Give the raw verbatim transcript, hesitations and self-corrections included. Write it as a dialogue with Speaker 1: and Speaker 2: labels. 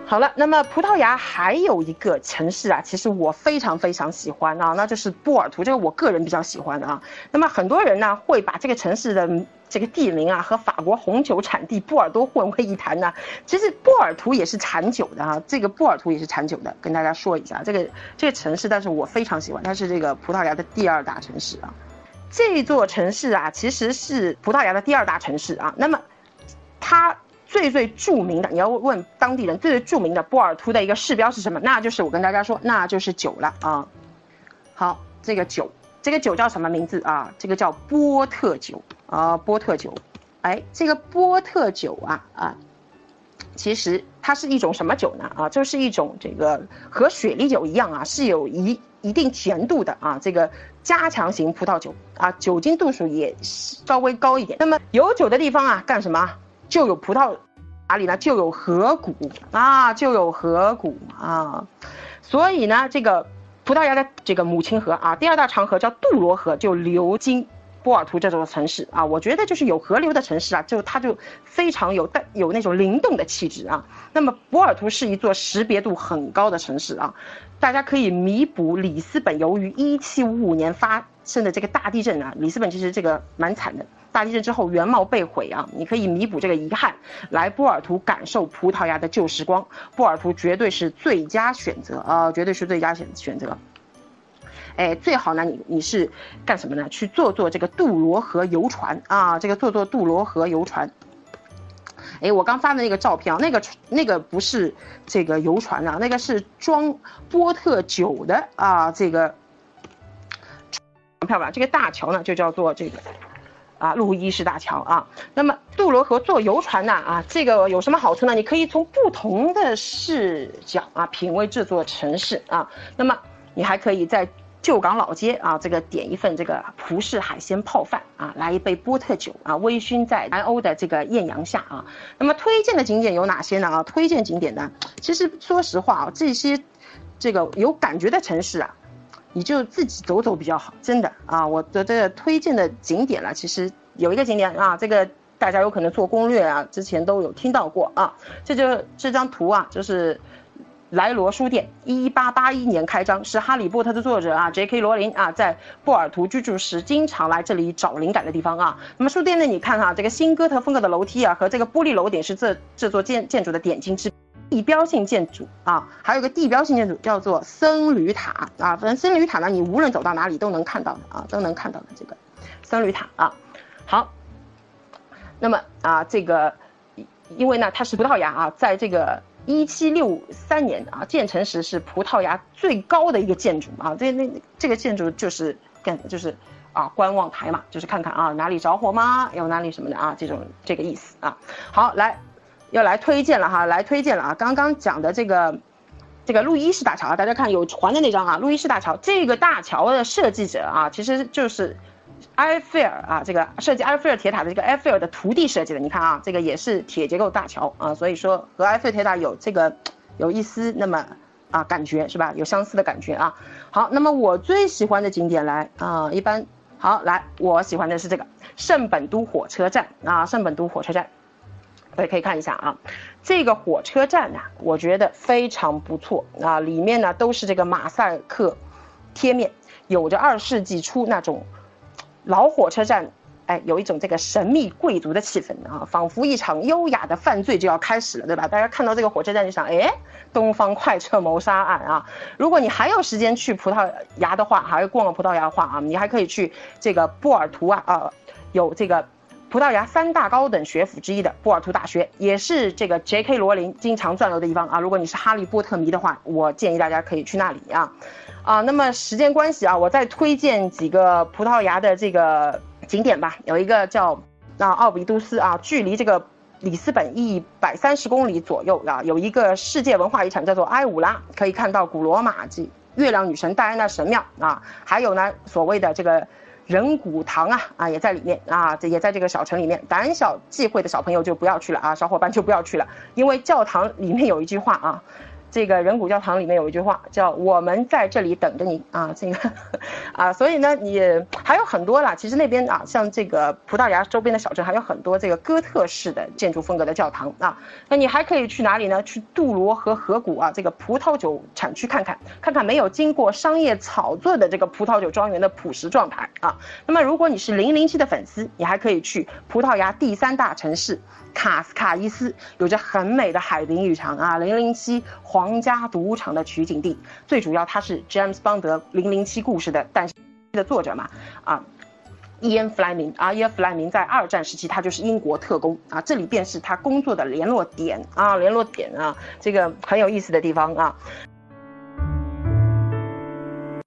Speaker 1: 好了，那么葡萄牙还有一个城市啊，其实我非常非常喜欢啊，那就是波尔图，这个我个人比较喜欢啊。那么很多人呢会把这个城市的这个地名啊和法国红酒产地波尔多混为一谈呢。其实波尔图也是产酒的啊，这个波尔图也是产酒的，跟大家说一下这个这个城市，但是我非常喜欢，它是这个葡萄牙的第二大城市啊。这座城市啊其实是葡萄牙的第二大城市啊，那么它。最最著名的，你要问当地人最最著名的波尔图的一个市标是什么？那就是我跟大家说，那就是酒了啊。好，这个酒，这个酒叫什么名字啊？这个叫波特酒啊，波特酒。哎，这个波特酒啊啊，其实它是一种什么酒呢？啊，就是一种这个和雪莉酒一样啊，是有一一定甜度的啊，这个加强型葡萄酒啊，酒精度数也稍微高一点。那么有酒的地方啊，干什么？就有葡萄，哪里呢？就有河谷啊，就有河谷啊，所以呢，这个葡萄牙的这个母亲河啊，第二大长河叫杜罗河，就流经波尔图这座城市啊。我觉得就是有河流的城市啊，就它就非常有带有那种灵动的气质啊。那么波尔图是一座识别度很高的城市啊，大家可以弥补里斯本由于一七五五年发生的这个大地震啊，里斯本其实这个蛮惨的。大地震之后原貌被毁啊，你可以弥补这个遗憾，来波尔图感受葡萄牙的旧时光。波尔图绝对是最佳选择啊、呃，绝对是最佳选选择。哎，最好呢，你你是干什么呢？去坐坐这个杜罗河游船啊，这个坐坐杜罗河游船。哎，我刚发的那个照片啊，那个那个不是这个游船啊，那个是装波特酒的啊，这个漂亮。这个大桥呢，就叫做这个。啊，路易士大桥啊，那么杜罗河坐游船呢啊，这个有什么好处呢？你可以从不同的视角啊品味这座城市啊。那么你还可以在旧港老街啊，这个点一份这个葡式海鲜泡饭啊，来一杯波特酒啊，微醺在南欧的这个艳阳下啊。那么推荐的景点有哪些呢？啊，推荐景点呢，其实说实话啊，这些这个有感觉的城市啊。你就自己走走比较好，真的啊！我的这个推荐的景点了，其实有一个景点啊，这个大家有可能做攻略啊，之前都有听到过啊。这就这张图啊，就是莱罗书店，一八八一年开张，是哈利波特的作者啊 J K 罗琳啊，在波尔图居住时经常来这里找灵感的地方啊。那么书店内你看哈、啊，这个新哥特风格的楼梯啊，和这个玻璃楼顶是这这座建建筑的点睛之笔。地标性建筑啊，还有个地标性建筑叫做僧侣塔啊。反正僧侣塔呢，你无论走到哪里都能看到的啊，都能看到的这个僧侣塔啊。好，那么啊，这个因为呢，它是葡萄牙啊，在这个一七六三年啊建成时是葡萄牙最高的一个建筑啊。这那这个建筑就是跟就是啊观望台嘛，就是看看啊哪里着火吗？有哪里什么的啊，这种这个意思啊。好，来。要来推荐了哈，来推荐了啊！刚刚讲的这个，这个路易士大桥啊，大家看有船的那张啊，路易士大桥这个大桥的设计者啊，其实就是埃菲尔啊，这个设计埃菲尔铁塔的这个埃菲尔的徒弟设计的。你看啊，这个也是铁结构大桥啊，所以说和埃菲尔铁塔有这个有一丝那么啊感觉是吧？有相似的感觉啊。好，那么我最喜欢的景点来啊，一般好来，我喜欢的是这个圣本都火车站啊，圣本都火车站。大家可以看一下啊，这个火车站呢、啊，我觉得非常不错啊，里面呢都是这个马赛克贴面，有着二世纪初那种老火车站，哎，有一种这个神秘贵族的气氛啊，仿佛一场优雅的犯罪就要开始了，对吧？大家看到这个火车站就想，哎，东方快车谋杀案啊！如果你还有时间去葡萄牙的话，还有逛了葡萄牙的话啊，你还可以去这个波尔图啊啊，有这个。葡萄牙三大高等学府之一的波尔图大学，也是这个 J K 罗琳经常转悠的地方啊。如果你是哈利波特迷的话，我建议大家可以去那里啊。啊，那么时间关系啊，我再推荐几个葡萄牙的这个景点吧。有一个叫啊奥比都斯啊，距离这个里斯本一百三十公里左右啊，有一个世界文化遗产叫做埃武拉，可以看到古罗马及月亮女神戴安娜神庙啊，还有呢所谓的这个。人骨堂啊啊也在里面啊，这也在这个小城里面。胆小忌讳的小朋友就不要去了啊，小伙伴就不要去了，因为教堂里面有一句话啊， 这个人骨教堂里面有一句话叫我们在这里等着你啊，这个啊，所以呢也还有很多啦，其实那边啊像这个葡萄牙周边的小镇还有很多这个哥特式的建筑风格的教堂啊，那你还可以去哪里呢？去杜罗河河谷啊，这个葡萄酒产区看看，看看没有经过商业炒作的这个葡萄酒庄园的朴实状态啊。那么如果你是零零七的粉丝，你还可以去葡萄牙第三大城市卡斯卡伊斯，有着很美的海滨浴场啊，零零七皇家赌场的取景地。最主要，它是詹姆斯邦德零零七故事的诞生的作者嘛啊。伊恩·弗莱明啊，伊恩·弗莱明在二战时期他就是英国特工啊，这里便是他工作的联络点啊，联络点啊，这个很有意思的地方啊。